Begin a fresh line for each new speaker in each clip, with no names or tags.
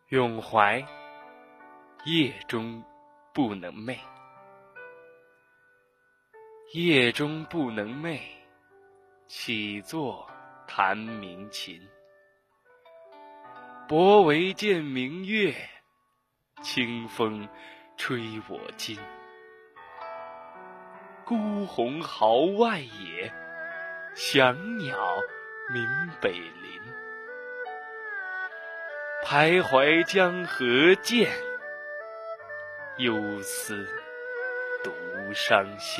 咏怀，夜中不能寐。夜中不能寐，起坐弹鸣琴。薄帷见明月，清风吹我襟。孤鸿号外野，翔鸟鸣北林。徘徊江河间，忧思独伤心。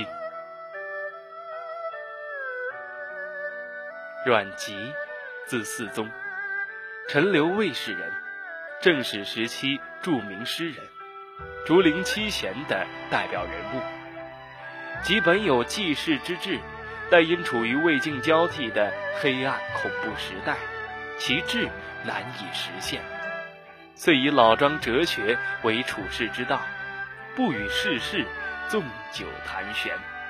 阮籍，字嗣宗，陈留卫士人，正史时期著名诗人，竹林七贤的代表人物。其本有济世之志，但因处于魏晋交替的黑暗恐怖时代，其志难以实现，遂以老庄哲学为处世之道，不与世事纵酒谈玄。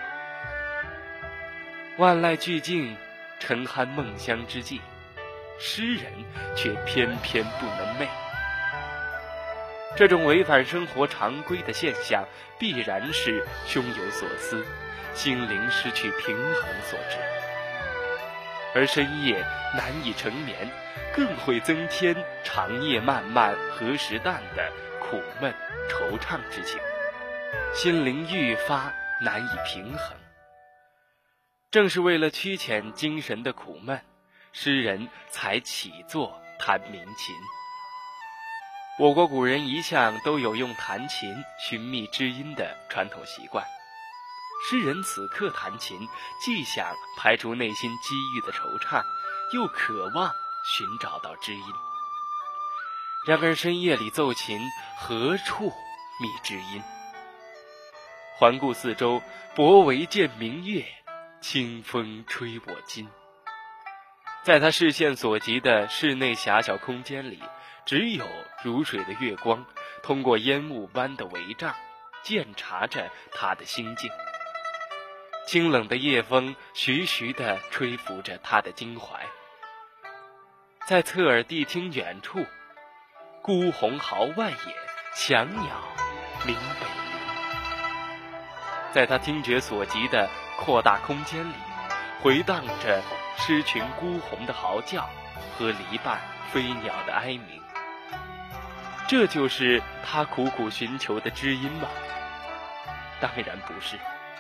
万籁俱静，沉酣梦乡之际，诗人却偏偏不能寐。这种违反生活常规的现象，必然是胸有所思，心灵失去平衡所致。而深夜难以成眠，更会增添长夜漫漫何时淡的苦闷惆怅之情，心灵愈发难以平衡。正是为了驱遣精神的苦闷，诗人才起坐弹鸣琴。我国古人一向都有用弹琴寻觅知音的传统习惯，诗人此刻弹琴，既想排除内心积郁的惆怅，又渴望寻找到知音。然而深夜里奏琴，何处觅知音？环顾四周，薄帷见明月，清风吹我襟。在他视线所及的室内狭小空间里，只有如水的月光通过烟雾般的帷帐鉴察着他的心境。清冷的夜风徐徐地吹拂着他的襟怀。在侧耳谛听远处，孤鸿号外野，翔鸟鸣北林。在他听觉所及的扩大空间里，回荡着狮群孤鸿的嚎叫和篱笆飞鸟的哀鸣。这就是他苦苦寻求的知音吗？当然不是。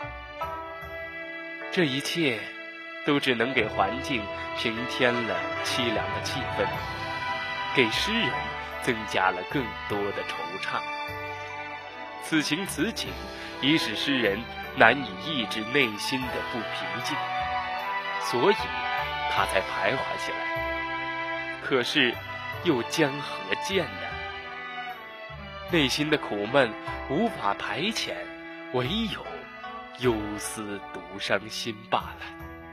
这一切都只能给环境平添了凄凉的气氛，给诗人增加了更多的惆怅。此情此景已使诗人难以抑制内心的不平静，所以他才徘徊起来。可是又将何见呢？内心的苦闷无法排遣，唯有忧思独伤心罢了。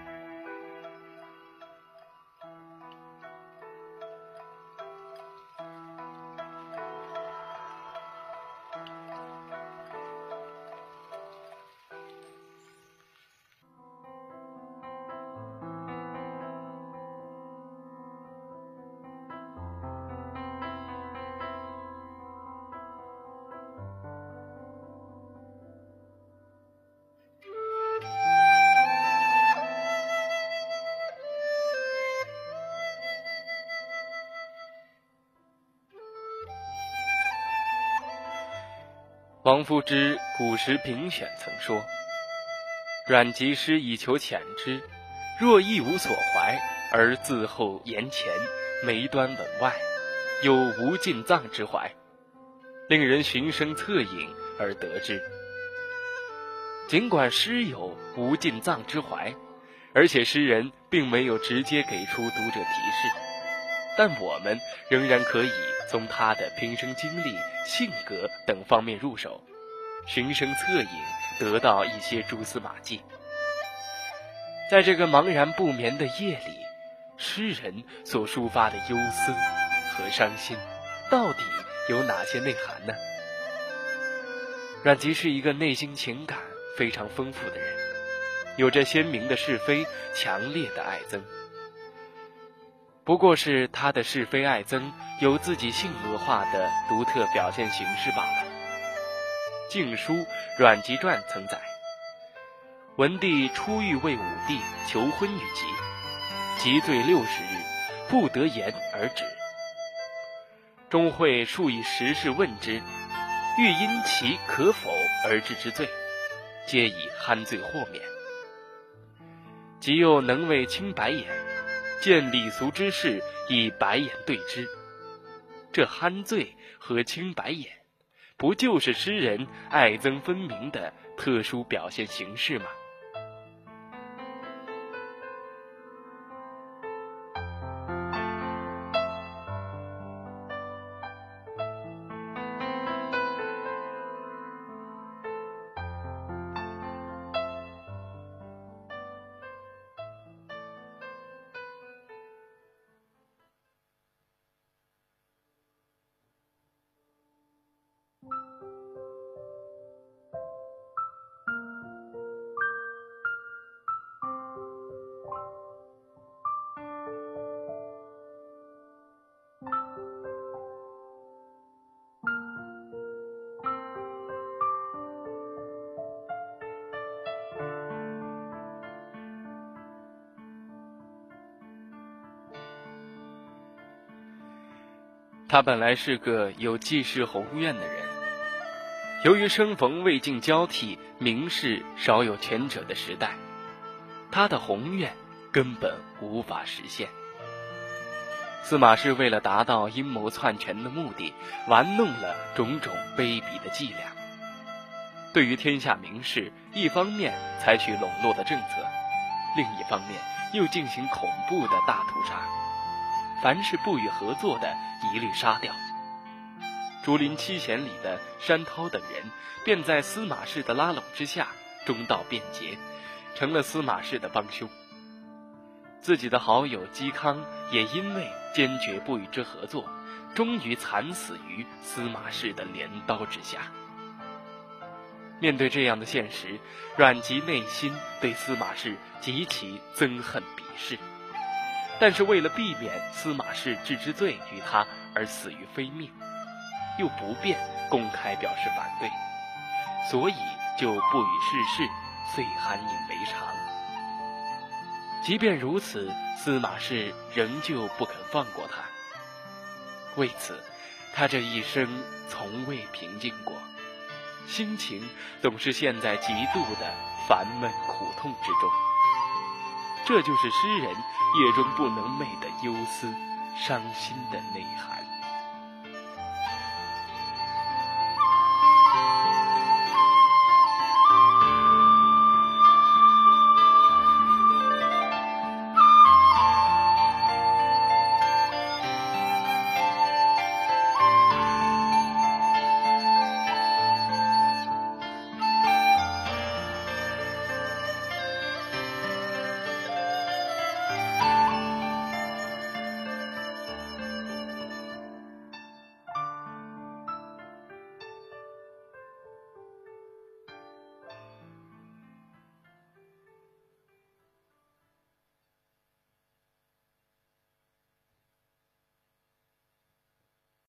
王夫之《古时评选》曾说：阮籍诗以求浅之，若亦无所怀，而自后言前，眉端稳外，有无尽藏之怀，令人循声侧影而得之。尽管诗有无尽藏之怀，而且诗人并没有直接给出读者提示，但我们仍然可以从他的平生经历、性格等方面入手，循声侧影，得到一些蛛丝马迹。在这个茫然不眠的夜里，诗人所抒发的忧思和伤心，到底有哪些内涵呢？阮籍是一个内心情感非常丰富的人，有着鲜明的是非，强烈的爱憎。 不过是他的是非爱憎有自己性格化的独特表现形式罢了。《晋书·阮籍传》曾载：文帝初欲为武帝求婚于吉，吉罪60日，不得言而止。钟会数以10事问之，欲因其可否而治之罪，皆以酣醉豁免。吉又能为清白眼，见礼俗之事，以白眼对之。这酣醉和清白眼，不就是诗人爱憎分明的特殊表现形式吗？他本来是个有济世宏愿的人，由于生逢魏晋交替、名士少有权者的时代，他的宏愿根本无法实现。司马氏为了达到阴谋篡权的目的，玩弄了种种卑鄙的伎俩。对于天下名士，一方面采取笼络的政策，另一方面又进行恐怖的大屠杀，凡是不与合作的一律杀掉。竹林七贤里的山涛等人便在司马氏的拉拢之下中道变节，成了司马氏的帮凶。自己的好友嵇康也因为坚决不与之合作，终于惨死于司马氏的镰刀之下。面对这样的现实，阮籍内心对司马氏极其憎恨鄙视，但是为了避免司马氏治之罪于他而死于非命，又不便公开表示反对，所以就不与世事，遂酣饮为常。即便如此，司马氏仍旧不肯放过他。为此，他这一生从未平静过，心情总是陷在极度的烦闷苦痛之中。这就是诗人夜中不能寐的忧思、伤心的内涵。